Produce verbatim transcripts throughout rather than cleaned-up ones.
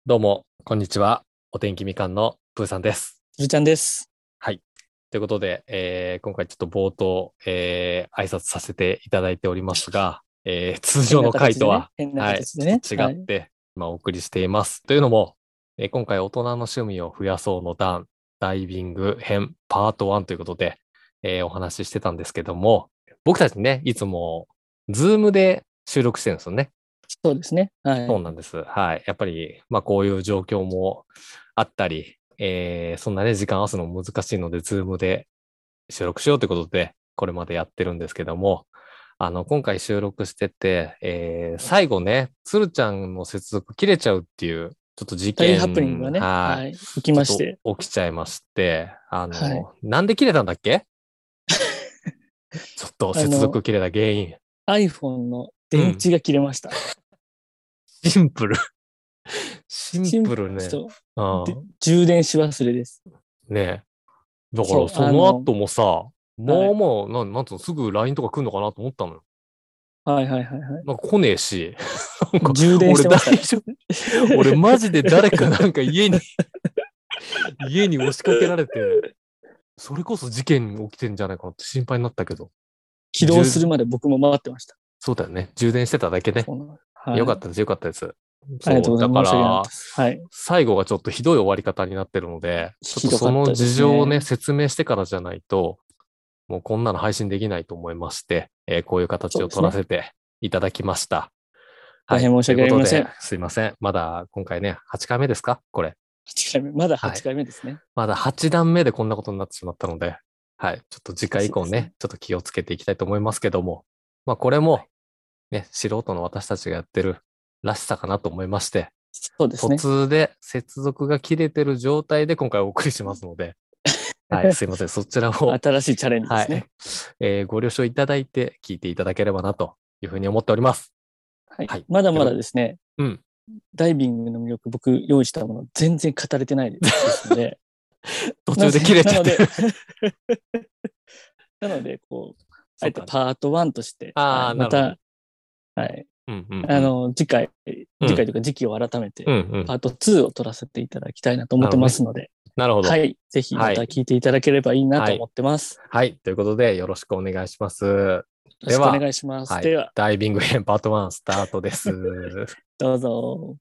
どうも、こんにちは。お天気みかんのプーさんです。 ずるちゃんです。 はい。ということで、えー今回ちょっと冒頭、えー挨拶させていただいておりますが、えー通変な常の回形でね。 とは、 変なはい、 形でね。 ちょっと違はい。 って今お送りしています。というのも、えー今回大人の趣味を増やそうの段、ダイビング編パートワンということで、えーお話ししてたんですけども、僕たちね、いつも、ズームで収録してるんですよね。 そうですね。はい。 そうなんです。はい。やっぱり、まあこういう状況もあったり、えーそんなね、時間合わすの難しいので、ズームで収録しようということで、これまでやってるんですけども、あの、今回収録してて、えー最後ね、つるちゃんの接続切れちゃうっていう、ちょっと事大ハプニング件、 がね。 はい。 はい。起きちょっとまして。 起きちゃいまして、あはい。 の、なんで切れたんだっけ？ちょっと接あの、 続切れた原因。 iPhone のうん。 電池が切れました。 シンプル。シンシンプル、 プルね。 そう。で、 ああ、 充電し忘れです。 ねえ。だからそう。 そのあの、 後もさ、 はい。 もうもう、なん、なんつうの、すぐ ライン とか来んのかなと思ったのよ。 はいはいはいはい。 なんか来ねえし、なんか、 充電し俺大てましたね。 丈夫。俺マジで誰かなんか家に家に押しかけられて、それこそ事件起きてんじゃないかなって心配になったけど、 起動す充るまで僕も待ってました。 そうだよね。充電してただけね。 そうなの。はい。 よかったです、よかったです。 ありがとそう、だかうございます。申し訳なかったら、 です。はい。 最後がちょっとひどい終わり方になってるので、ちょっとそのひどかったで事情をね、 すね。 説明してからじゃないと、もうこんなの配信できないと思いまして、えーこういう形を取らそうですね。 せていただきました。はい。 大変申しということで、 訳ありません。 すいません。まだ今回ね、はちかいめですかこれ？ はちかいめ。まだ8 はい。 回目ですね。 まだはち段目でこんなことになってしまったので、はい。ちょっと次難回以降ね、 しいですね。 ちょっと気をつけていきたいと思いますけども、まあこれもね、素人の私たちがやってるらしさかなと思いまして、途そうですね。 中で接続が切れてる状態で今回お送りしますので、はい。すいません。そちらを、 新しいチャレンジではい。 すね。 えーご了承いただいて聞いていただければなというふうに思っております。 はい。 はい。 まだまということ、 だですね、 うん。 ダイビングの魅力、僕用意したもの全然語れてないですので、 途なので、 中で切れちゃなので、 ってる。 なので、こう、あえてそうだね。 パートワンとして、はああ、 い、 なるほど。 また、はい、 うんうんうん。 あの、次回、 うん。 次回というか時期を改めて、 うんうん。 パートツーを取らせていただきたいなと思ってなるほどね。 ますので、 なるほど。 はい、ぜひまたはい。 聞いていただければいいなはい。 と思ってます。 はい。ということで、よろしくお願いします。 よろしくおでは、 願いします。 はい。 では、 ダイビング編パートワンスタートです。 どうぞ。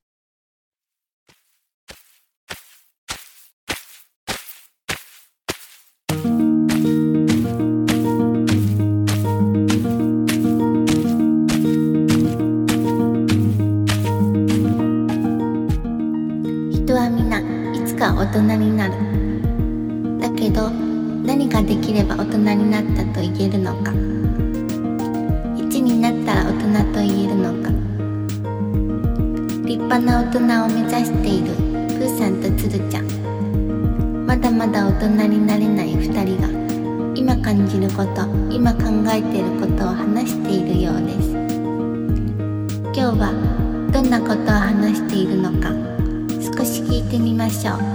人は皆いつか大人になる。だけど何ができれば大人になったと言えるのか、いちになったら大人と言えるのか。立派な大人を目指しているプーさんとつるちゃん。まだまだ大人になれないふたりが今感じること、今考えていることを話しているようです。今日はどんなことを話しているのか、少し聞いてみましょう。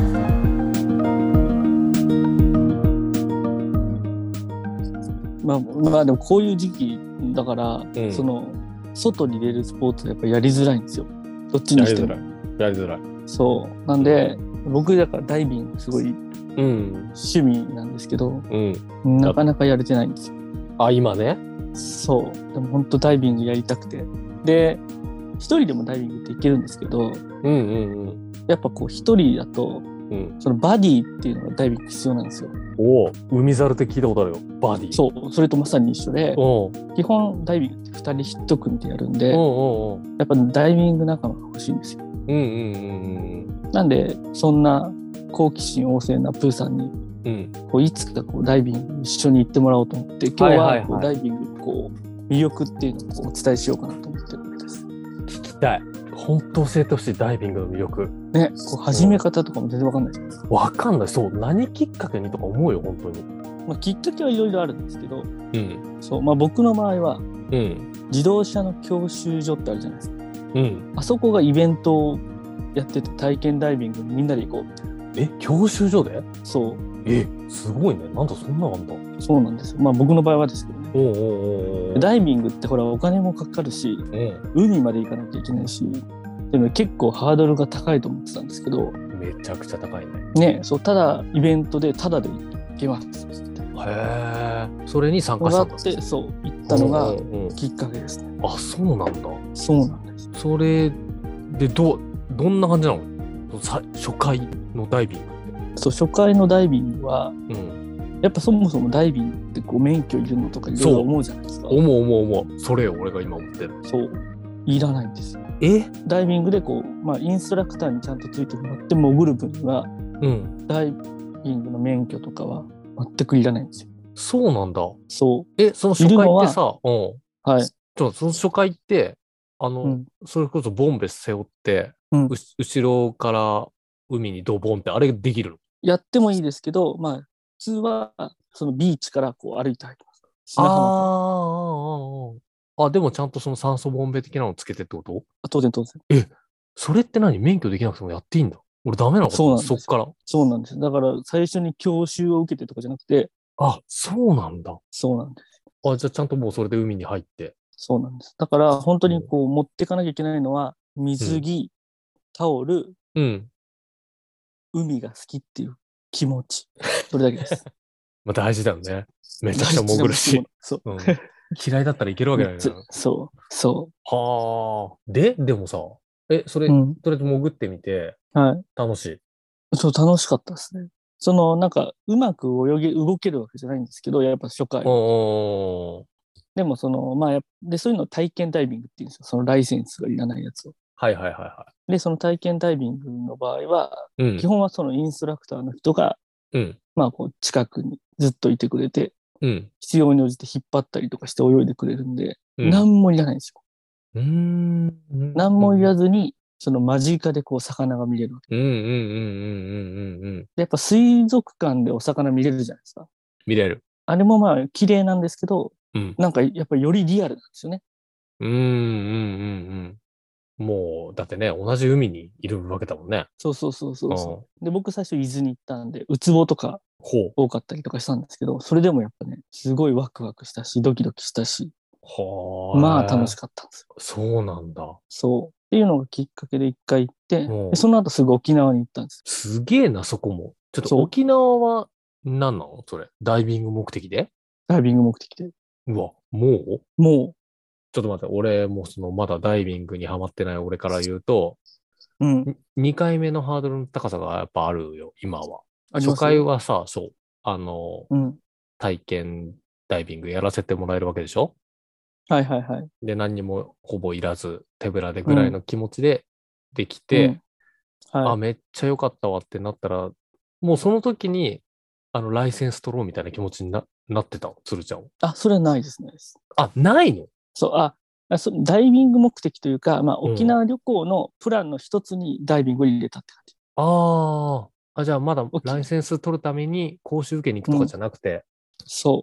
まあ、まあでもこういう時期だから、 うん。 その外に出るスポーツはやっぱやりづらいんですよ。どっちにしても。 やりづらい。やりづらい。 そうなんで、僕だからダイビングすごいうん。 趣味なんですけど、 うん。 なかなかやれてないんですよ。 あ、今ね。 そうでも本当ダイビングやりたくて、で一人でもダイビングっていけるんですけど、 うんうんうん。 やっぱこう一人だとうん。 そのバディっていうのがダイビング必要なんですよ。 おお、海猿って聞いたことあるよ。バディ。 そうそれとまさに一緒で、 おう基本ダイビングってふたり一組でやるんで、 おうおうおう。 やっぱダイビング仲間が欲しいんですよ。 うんうんうんなんでそんな好奇心旺盛なプーさんにうん。うん。 こういつかこうダイビング一緒に行ってもらおうと思って、今日はいはいはいはこうダイビングのこう魅力っていうのをこうお伝えしようかなと思ってるわけです。 聞きたい。本当教えてほしい、ダイビングの魅力。 ね、こう始め方とかも全然わかんないじゃないですか。 わかんない。そう。何きっかけにとか思うよ、本当に。 まあ、きっかけはいろいろあるんですけど、 うん。 そうまあ、僕の場合はうん。 自動車の教習所ってあるじゃないですか。 うん。 あそこがイベントをやってて、体験ダイビングにみんなで行こう。 え、教習所で？ そうえ、すごいね。なんだそんなのあんだ。 そうなんですよ。まあ僕の場合はですけどね。 おうおうおうおう。 ダイビングってほらお金もかかるし、 うん。 海まで行かなきゃいけないし、 でも結構ハードルが高いと思ってたんですけど、 めちゃくちゃ高いね。 ね、そう、ただイベントでタダで行けますって。 へえ。それに参加したんだ。 もらってそう行ったのがうんうん、 きっかけですね。 あ、そうなんだ。 そうなんです。 それでどうどんな感じなの？さ初回のダイビングって。 そう、初回のダイビングは、 うん、 やっぱそもそもダイビングってこう免許いるのとかいろいろ思うじゃないですか。 思う思う思う。それよ、俺が今思ってる。 そういらないんですよ。 え？ ダイビングでこう、まあ、インストラクターにちゃんとついてもらって潜る分には、 うん。 ダイビングの免許とかは全くいらないんですよ。 そうなんだ。 そえ、その初回ってさ、うん。 う。はい。 ちょ、その初回って、あの、 うん。 それこそボンベ背負って、 うんうし後ろから海にドボンってあれできるの？ やってもいいですけど、まあ、普通はそのビーチからこう歩いて入ってます。 あ砂浜から。 あ、ああ、あ、でもちゃんとその酸素ボンベ的なのつけてってこと？ あ、当然当然。 え、それって何？免許できなくてもやっていいんだ。俺ダメなのかそうなんですそっから。 そうなんです。だから最初に教習を受けてとかじゃなくて、 あ、そうなんだ。 そうなんです。 あ、じゃあちゃんともうそれで海に入って。 そうなんです。だから本当にこう持ってかなきゃいけないのは水着、タオル、 うん。 海が好きっていう気持ち。それだけです。 まあ大事だよね。めちゃくちゃ潜るし。 そう。 うん、嫌いだったらいけるわけないな。 そう。そはあ。で、でもさ、え、それ、 う。うん。 それで潜ってみて、 はい。 楽しい。 そう、楽しかったですね。その、なんか、うまく泳げ、動けるわけじゃないんですけど、やっぱ初回。 おー。 でも、その、まあやっ、で、そういうのを体験ダイビングっていうんですよ。そのライセンスがいらないやつを。 はいはいはいはで、その体験ダイビングの場合は、 い。うん。 基本はそのインストラクターの人が、 うん。 まあ、こう、近くにずっといてくれて、 うん。 必要に応じて引っ張ったりとかして泳いでくれるんで、 うん。 何もいらないんですよ。 うーん。 何もいらずに、その間近でこう魚が見れるわけ。 うんうんうんうんうんうんうん。 で、やっぱ水族館でお魚見れるじゃないですか。 見れる。 あれもまあ綺麗なんですけど、 うん。 なんかやっぱりよりリアルなんですよね。 うんうんうんうん。もう、だってね、同じ海にいるわけだもんね。 そうそうそうそうそうん。 う。で、僕最初伊豆に行ったんで、ウツボとかほう。 多かったりとかしたんですけど、それでもやっぱね、すごいワクワクしたし、ドキドキしたし、 はまあ楽しかかったんですよ。 そうなんだ。 そう。っていうのがきっかけで一回行って、 うんでその後すぐ沖縄に行ったんですよ。 すげえな、そこも。ちょっとそう沖縄は何なのそれ。ダイビング目的で？ ダイビング目的で。 うわ、もうもちょっと待って、俺もそのまだダイビングにハマってない俺から言うと、 う、うん。 にかいめのハードルの高さがやっぱあるよ、今は。初あります回はさ、そう、あの、 うん。 体験ダイビングやらせてもらえるわけでしょ？ はいはいはい。 で、何にもほぼいらず、手ぶらでぐらいの気持ちでできて、 うん。はあ、 い。 めっちゃ良かったわってなったら、もうその時に、あの、ライセンス取ろうみたいな気持ちにな、なってたの、鶴ちゃんは。 あ、それはないですね。 あ、ないの？ そう、あ、あそダイビング目的というか、まあ、 うん沖縄旅行のプランの一つにダイビングを入れたって感じ。 ああ、あ、じゃあまだ沖ライセンス取るために講習受けに行くとかじゃなくて、 そう。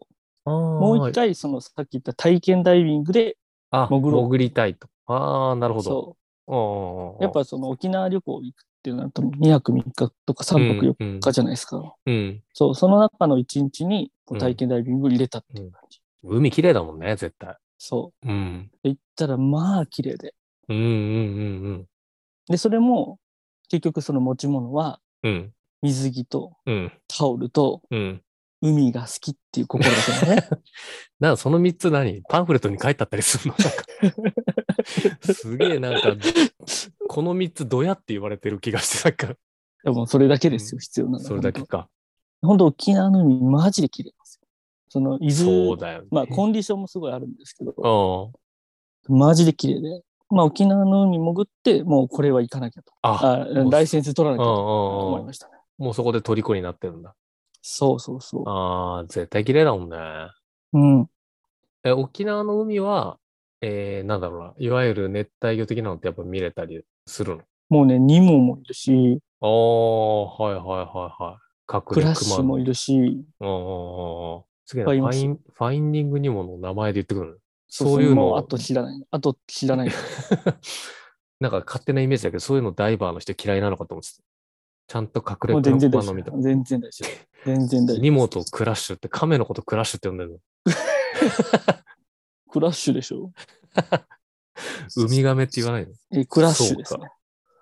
あもう一あ、 回、そのさっき言った体験ダイビングであ、 潜ろ潜りたいと。ああ、なるう。 ほど。 そあう。やっあ、 ぱその沖縄旅行行くっていうのはにはくみっかとかさんぱく4 うん、 日じゃないですか。 うん、 そう、その中のいちにちにこうんう体験ダイビングを入れたっていう感じ。 海綺麗だもんね、絶対。 そうん。 う。で行ったらまあ綺麗で。 うん、うん、うん、うん。 で、それも結局その持ち物はうん、 水着とうん、 タオルとうん。 海が好きっていう心がけだね。 なんかそのみっつ何パンフレットに書いてあったりするの？なんかすげえなんか、このみっつどやって言われてる気がして、さっきから。 でもそれだけですよ、必要なのは。 それだけか。 本当沖縄の海マジで綺麗なんですよ。その伊豆、 そうだよね。 まあコンディションもすごいあるんですけど、 うん。 マジで綺麗で。まあ沖縄の海潜って、もうこれは行かなきゃと。 あ、 あライセンス取らなきゃとうんうんうん思いましたね。 もうそこで虜になってるんだ。 そうそうそああ、絶対綺麗だもんね。 う。うん。 え、沖縄の海は、えー、なんだろうな、いわゆる熱帯魚的なのってやっぱ見れたりするの？ もうね、ニモもいるし、 ああ、はいはいはいはい。 クラッ隠れ熊の。 シュもいるし、 うんうんうんうん。すげえな、 いっぱいいますよ。 ファイン、ファインディングにもの名前で言ってくる。 そうそう、 そういうの、 もうあと知らない。あと知らない。 なんか勝手なイメージだけど、そういうのダイバーの人嫌いなのかと思ってた。ちゃんと隠れもう全然大丈熊のみたい夫。全然大丈夫。全然大丈夫。 ニモとクラッシュって亀のことクラッシュって呼んでるの？ クラッシュでしょ。 ウミガメって言わないの？ え、クラッシュですね。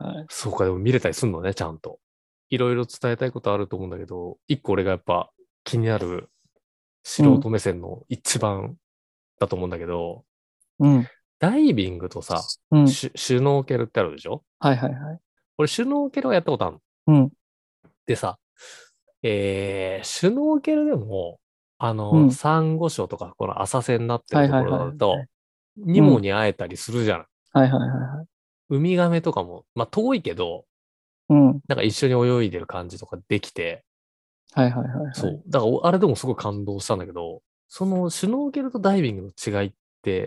はい。 そうか、でも見れたりすんのね、ちゃんと。いろいろ伝えたいことあると思うんだけど、一個俺がやっぱ気になる素うん。 人目線の一番だと思うんだけど、 うん。 ダイビングとさ、 うん。 シュ、シュノーケルってあるでしょ？ はいはいはい。 俺、シュノーケルはやったことあるの。 うん。 でさ、えー、シュノーケルでも、あの、 うん。 サンゴ礁とか、この浅瀬になってるとこはいはいはいはい。 ろだと、ニうん。 モに会えたりするじゃん。 はいはいはいはい。 ウミガメとかも、まあ遠いけど、 うん。 なんか一緒に泳いでる感じとかできて、 はいはいはいはい。 そう。だからお、あれでもすごい感動したんだけど、そのシュノーケルとダイビングの違いって、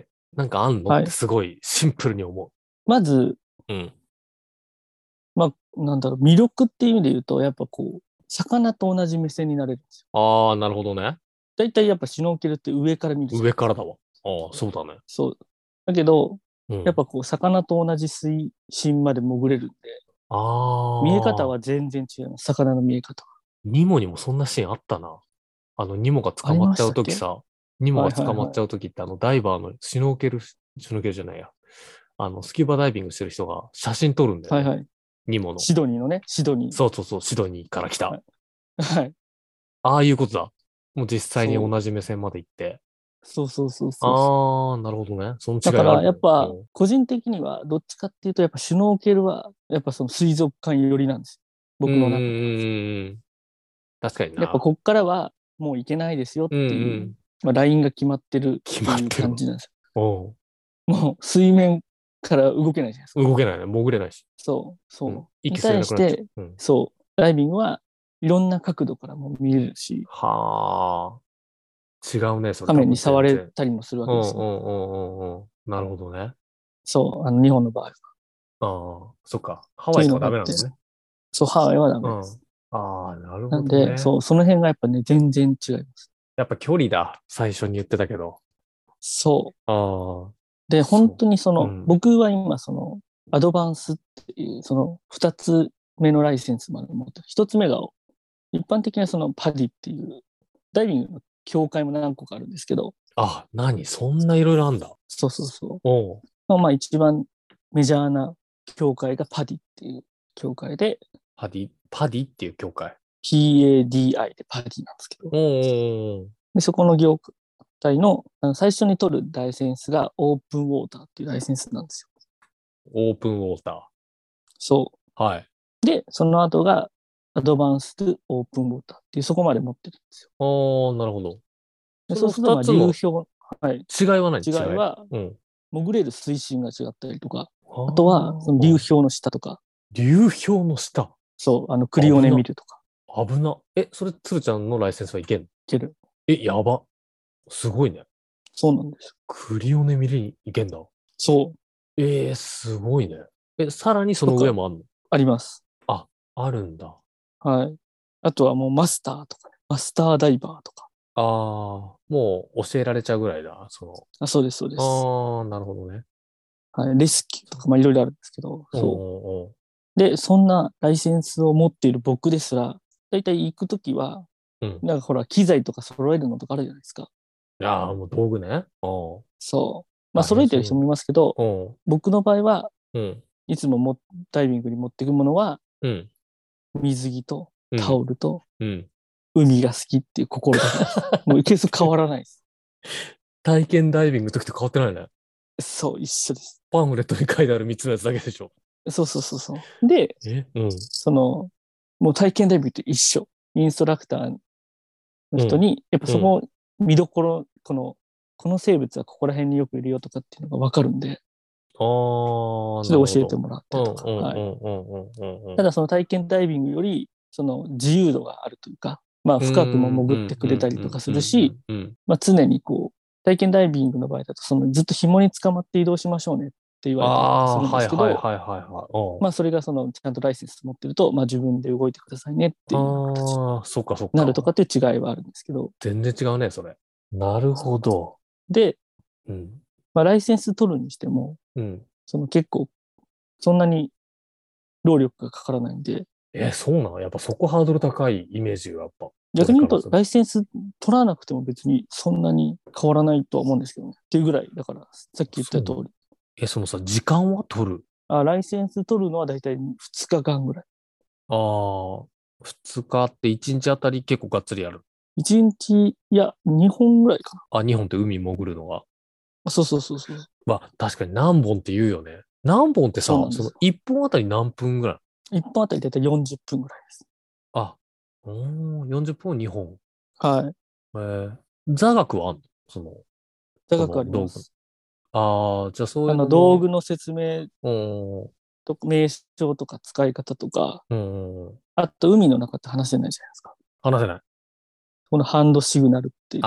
なんかあんのっはい。 てすごいシンプルに思まず、 う。うん。 まあ、なんだろう、魅力っていう意味で言うと、やっぱこう、魚と同じ目線になれるんですよ。 ああ、なるほどね。 だいたいやっぱシュノーケルって上から見るじゃないですか。 上からだわ。ああ、そうだね。 そう。だけど、 うん。 やっぱこう、魚と同じ水深まで潜れるんで、見え方ああ、 は全然違います。魚の見え方ニモにもそんなシーンあったな。あの、ニモがは。あり捕まっちゃうましたっけ？ ときさ、ニモはいが捕まっはいはい。 ちゃうときってあのダイバーのシュノーケル、シュノーケルじゃないや。あの、スキューバダイビングしてる人が写真撮るんだよね。 はいはい。 ニモの。 シドニーのね、シドニそうそうそう、シドニーから来た。 ー。はい。はい。 ああいうことだ。もう実際にそう。 同じ目線まで行って。 そうそうそうそうそう。 ああ、なるほどね。そのだから、 違いあるね。 やっぱ、 うん。 個人的には、どっちかっていうと、やっぱシュノーケルは、やっぱその水族館寄りなんですよ。 うんうん僕の中では。 うんうん。確かにな。 やっぱこっからは、もう行けないですよっうんていう、 うん。 まあ、ラインが決まってる決っていうまってるわ。 感じなんですうよ。もう水面から動けないじゃないですか。 ん。動けないね。潜れないし。 そう、 うん。 そう。に息吸えなくなっちゃ対して、 う。うん。 そう、ダイビングはいろんな角度からも見れるし、 はあ。違うね、それ多分カメに触全然。 れたりもするわうんうけですよ。 んうんうんうん。なるほどね。 そう、あの日本の場合は。っああ、そっか。ハワてイとかいうのがあって、 ダメなんだね。 そう、ハワイはダうん。 メです。 ああ、なるほなんで、 どね。 そう、その辺がやっぱね、全然違います。 やっぱ距離だ。最初に言ってたけど。 そう。 ああ、 で、本そ当にそう。うの、 ん。 僕は今、その、アドバンスっていう、その、二つ目のライセンスまで持ってる。一つ目が、一般的なそのパディっていう、ダイビングの協会も何個かあるんですけど、 あ、何そんないろいろあんだ。 そうそうそう。 おう。 まあ、まあ一番メジャーな協会がパディっていう協会で、 パディ、パディっていう協会。 ピーエーディーアイ でパディなんですけど、 おうおうおう。 でそこの業界のあの最初に取るライセンスがオープンウォーターっていうライセンスなんですよ。 オープンウォータそー。はい。 う。で、その後がアドバンスドオープンウォーターっていうそこまで持ってるんですよ。 ああ、なるほど。 で、 そのそうすると、まあ、 二つの流氷、はい、 違いは何？違い。 違いは、 うん。 潜れる水深が違ったりとか、 ああとは、その流あ。 氷の下とか、 流氷の下。 そう、あの、クリオネ危な。 見るとか、 危な。え、それ、つるちゃんのライセンスはいけんの？ いける。 え、やば。すごいね。 そうなんですよ。 クリオネミリにいけんだ。 そう。 えー、すごいね。え、さらにそとか、 の上もあんの？ あります。 あ、あるんだ。 はい。あとはもうマスターとかね。マスターダイバーとか。 ああ、もう教えられちゃうぐらいだ。そあ、そうです、そうでの。 す。 ああ、なるほどね。 はい。レスキューとか、まあいろいろあるんですけど、 おーそおう。で、そんなライセンスを持っている僕ですら、だいたい行くときは、 ー。うん。 なんかほら、機材とか揃えるのとかあるじゃないですか。 いやー、もう道具ね。おー。 そう。まあ大変そ揃えてる人もいますけど、 う。お僕の場合は、 ー。うん。 いつももダイビングに持っていくものは、 うん。 水着とタうん。 オルとうん。 海が好きっていう心だけです。もうケース変わらないです。 体験ダイビングの時と変わってないね。 そう、一緒です。 パンフレットに書いてあるみっつのやつだけでしょ。 そうそうそうそう。で、 えうん。 その、もう体験ダイビングと一緒。インストラクターのうん。 人に、やっぱうん。 そこ見どころ、この、この生物はここら辺によくいるよとかっていうのがわかるんで、 ああ、 それでなるほど。 教えてもらっうんてとか。はい。 うんうんうんうんうんうん。 ただその体験ダイビングより、その自由度があるというか、まあうー深くもん、う潜ってん、うん、 くれたりとかうん、うん、 するし、 うん。 まあ常にこう、体験ダイビングの場合だと、そのずっと紐に捕まって移動しましょうねって言わあれたりとかすあ、 るんではいすけど、 はいはいはいはい。おう。 まあそれがそのちゃんとライセンス持ってると、まあ自分で動いてくださいねっていうような形にああ、そっかそっなるとかか。 っていう違いはあるんですけど、 全然違うね、それ。なるほど。 で、 うん。 まあライセンス取るにしても、 うん。 その結構そんなに労力がかからないんで、 え、そうなの？やっぱそこハードル高いイメージがやっぱ。 逆に言うと俺からする。 ライセンス取らなくても別にそんなに変わらないとは思うんですけどね。っていうぐらい、だからさっき言ったそうなの？ 通り、 え、そのさ、時間は取るあ、ライセンス取るのはだいたいふつかかんぐらい。 ああ、ふつかっていちにちあたり結構がっつりやる。 いちにち、いや、にほんぐらいかあ、にほんって海潜るのが。 な。そうそうそうそう。 まあ、確かに何本って言うよね。何本ってさ、そのそうなんですよ。 いっぽんあたり何分ぐらい？ いっぽんあたりだいたいよんじゅっぷんぐらいです。 あ、うーん、よんじゅっぷんをにほん。 はい。 えー、座学はあんのその、 座そ学ありまの道具。 す。 ああ、じゃあそういうあの、 のも、 道具の説明うん、うん、 と、名称とか使い方とか、 うん、 あと海の中って話せないじゃないですか。 話せない。 このハンドシグナルって言って、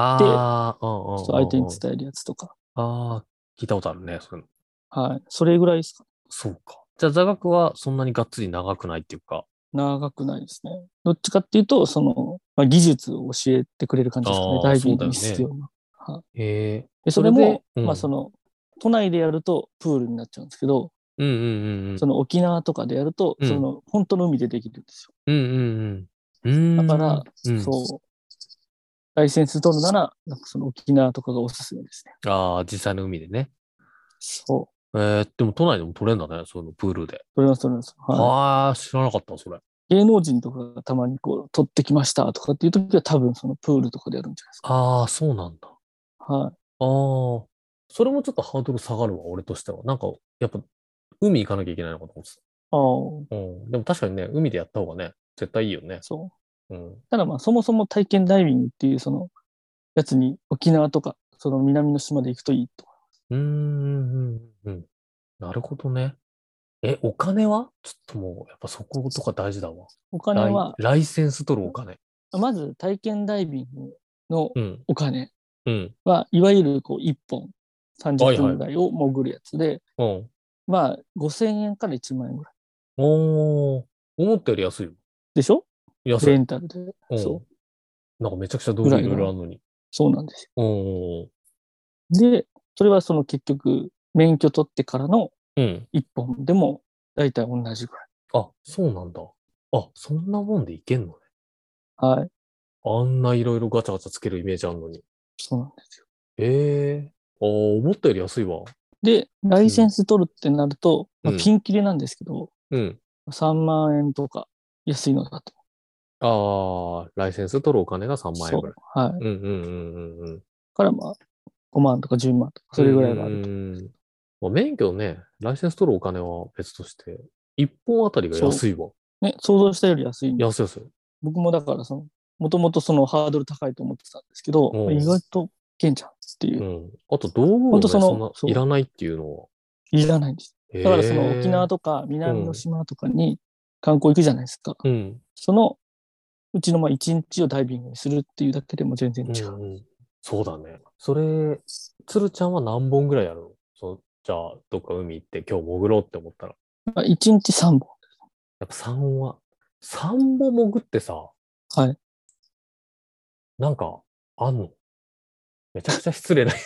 ああ、うん、 そう相手うん、うん、うん。 に伝えるやつとか。 ああ、聞いたことあるね。そういうの。 はい。それぐらいですか。 そうか。じゃあ座学はそんなにがっつり長くないっていうか。 長くないですね。どっちかっていうと、その、まあ、技術を教えてくれる感じですかね。 ああ、そうダイビングにだよね。 必要な。はい。 へえ。 で、そそれで、 れも、 うん。 まあ、その、都内でやるとプールになっちゃうんですけど、 うんうんうんその沖縄とかでやると、 うん。うん。 その、本当の海でできるんですよ。 うんうんうん。うーん。 だから、 うん。 そう、ライセンス取るなら、なんかその沖縄とかがおすすめですね。 ああ、実際の海でね。 そう。 えー、でも都内でも取れるんだね。そのプールで。 取れます、取れます。はい。 はあ、知らなかった、それ。 芸能人とかがたまにこう、取ってきましたとかっていう時は多分そのプールとかでやるんじゃないですか。 ああ、そうなんだ。 はい。 ああ、それもちょっとハードル下がるわ、俺としては。なんか、やっぱ、海行かなきゃいけないのかと思ってああ、 た。うん。でも確かにね、海でやった方がね、絶対いいよね。 そう。 うん。 ただまあ、そもそも体験ダイビングっていうそのやつに沖縄とか、その南の島で行くといいと。 うーん、うん、うん。なるほどね。え、お金はちょっともう、やっぱそことか大事だわ。 お金ライ、 は、 ライセンス取るお金。 まず体験ダイビングのうん、 お金うん。 は、いわゆるこういっぽん30 はいはい。 分ぐらいを潜るやつで、 うん。 まあごせんえんからいちまん円ぐらい。 おー、思ったより安いよ。 でしょ？ 安い。 レンタルで。そうん。なんかめちゃくちゃう。ぐ道具いろいろあらいが、 るのに。 そうなんですおー、 よ。で、それはその結局、免許取ってからのうん。 いっぽんでも大体同じぐらい。 あ、そうなんだ。あ、そんなもんでいけんのね。 はい。 あんないろいろガチャガチャつけるイメージあるのに。 そうなんですよ。 ええー。あー、思ったより安いわ。 で、ライセンうん。 ス取るってなると、まあ、 うん。 ピンキリなんですけど、 うん。 さんまん円とか安いのだと。 ああ、ライセンス取るお金がさんまん円ぐらい。 そう。はい。 うんうんうんうんうん。 からまあ、ごまんとかじゅうまんとか、 うんそれぐらいはあると。 うんうん。まあ、免許ね、ライセンス取るお金は別として、一本あたりがそ安いわ。 う。ね、想像したより安いんです。 安い安い。 僕もだから、その、もともとそのハードル高いと思ってたんですけど、 うん。 意外といけんじゃんっていう。 うん。あと道具もね、そん本当その、 ないそらないっていうのは。 う、いらないんです。だからその沖縄へえ。 とかうん。 南の島とかに観光行くじゃないですか。 うん。 そのうちのまあ一日をダイビングにするっていうだけでも全然違う。 うんうん。そうだね。それ、鶴ちゃんは何本ぐらいやるの？そう、じゃあ、どっか海行って今日潜ろうって思ったら。 まあ、一日さんぼん。 やっぱさんぼんは、さんぼん潜ってさ、 はい。 なんか、あんの？めちゃくちゃ失礼な。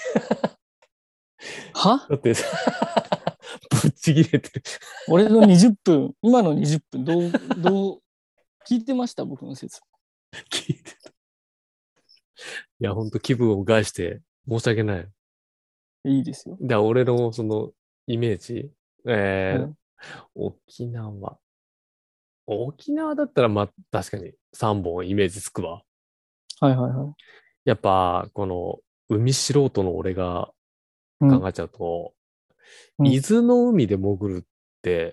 はだってさ、ぶっちぎれてる。 俺のにじゅっぷん、今のにじゅっぷん、どう、どう、聞いてました僕の説。 聞いてた。いや、ほんと気分を害して申し訳ない。 いいですよ。 で、俺のそのイメージ、えー、 はい。 沖縄。沖縄だったら、まあ、確かにさんぼんイメージつくわ。 はいはいはい。 やっぱ、この、海素人の俺がうん。 考えちゃうと、 うん。 伊豆の海で潜るって、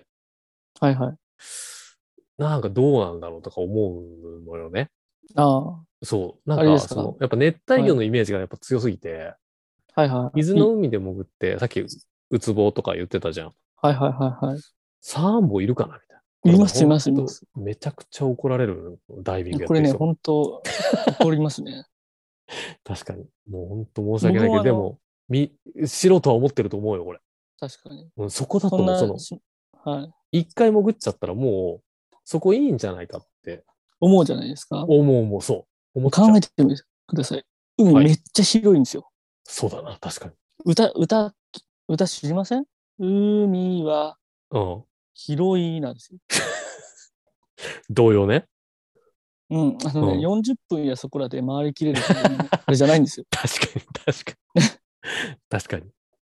はいはい。 なんかどうなんだろうとか思うのよね。 ああ、 そう。なんか、 あれですか。 その、やっぱ熱帯はい。 魚のイメージがやっぱ強すぎて、 はいはい。いい。 伊豆の海で潜って、さっき、ウツボとか言ってたじゃん。 はいはいはいはい。 サンボいるかなみたいな。これもういます、います、いまほんと、 す。 めちゃくちゃ怒られるダイビングやっこれね、 てる人が。 本当怒りますね。 確かに。もうほんと申し訳ないけど、 僕もあの、 でも、み、素人は思ってると思うよ、これ。 確かに。 うん、そこだそんと思う。その、 なし、はい。 一回潜っちゃったらもう、そこいいんじゃないかって思うじゃないですか。 思う、もう、そう。思っちゃう。 考えてみてください。海はい。 めっちゃ広いんですよ。 そうだな、確かに。 歌、歌、歌知りません？海はうん。 広いなんですよ。 同様ね。 うん。あのね、 うん。 よんじゅっぷんやそこらで回りきれるほどのあれじゃないんですよ。 確かに、確かに。確かに。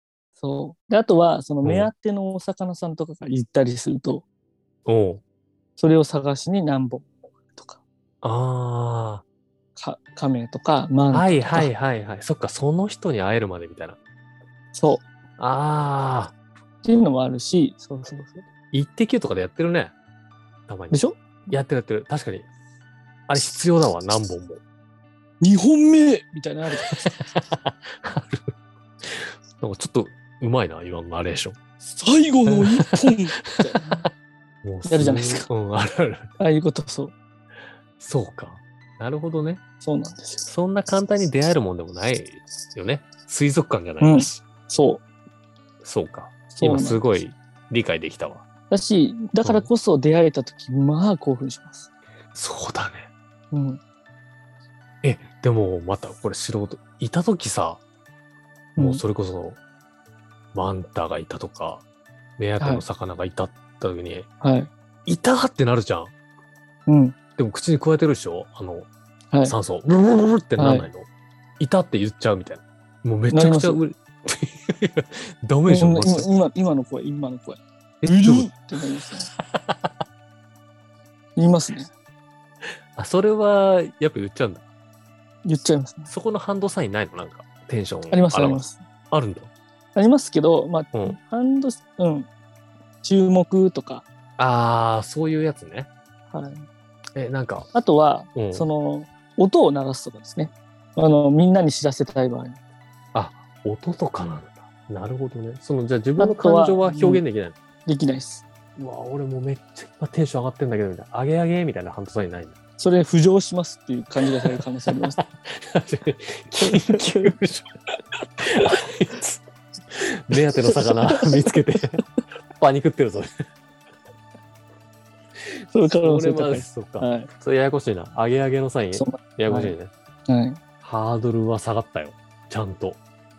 そうであとはその目当てのお魚さんとかが行ったりすると、 おう。 それを探しに何本とかあかカメとかマンあ。 タとか、 はいはいはいはい。そっか、その人に会えるまでみたいな。 そうああ。 っていうのもあるし、そうそうそう。 イッテ Q とかでやってるね。たまに。 でしょ？ やってるやってる。確かに。あれ必要だわ、何本も。 にほんめみたいなのあるじゃないですか。 ある。なんかちょっとうまいな、今のナレーション。 最後の一本みたいなもうやるじゃないですか。 うん、あるある。 ああいうことそう。 そうか。なるほどね。 そうなんですよ。 そんな簡単に出会えるもんでもないよね。水族館じゃないし。 そう。 そうか。 そうなんです今すごい理解できたわ。 だし、だからこそ出会えたとき、まあ興奮します。 そうだね。 うん。 え、でもまたこれ素人、いたときさ、もうそれこそ、マンタがいたとか、目当ての魚がいたってときに、 はい。 いたってなるじゃん。 うん。 でも口に加えてるでしょあの、 はい。 酸素。ブルブルブルってなんないの、い、たって言っちゃうみたいな。もうめちゃくちゃうれ、ダメでしょ、 うんマジで。 今、今の声、今の声。 え、 ブルちょーってなりますね。言いますね。 あ、それはやっぱ言っちゃうんだ。 言っちゃいますね。 そこのハンドサインないのなんか、テンション。 あります、ありま。す。 あるんだ。 ありますけど、まあ、 うん。 ハンド、うん。注目とか、 ああ、そういうやつね。 はい。 え、なんか、 あとは、 うんその、音を鳴らすとかですね。あの、みんなに知らせたい場合。 あ、音とかなんだ。なるほどね。その、じゃあ自分の感情は表現できないの、 できないです。 うわ、俺もうめっちゃ今テンション上がってんだけど、みたいな。上げ上げみたいなハンドサインないんだ。 それ浮上しますっていう感じがされる可能性あります。 緊急所。あいつ、目当ての魚見つけて、パニクってるぞ。 そういう可能性それは、 高いです。 そっか。 はい。 それややこしいな。上げ上げのサインそややこしいね。 う。はい。 ハードルは下がったよ。ちゃんと。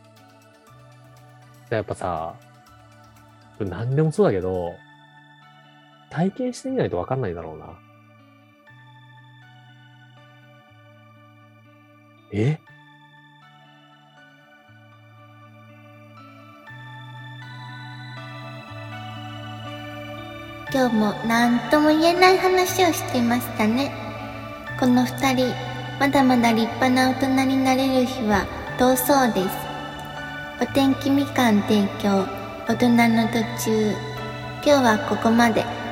やっぱさ、これ何でもそうだけど、体験してみないと分かんないだろうな。え今日も何とも言えない話をしていましたね。この二人、まだまだ立派な大人になれる日は遠そうです。お天気みかん提供、大人の途中。今日はここまで。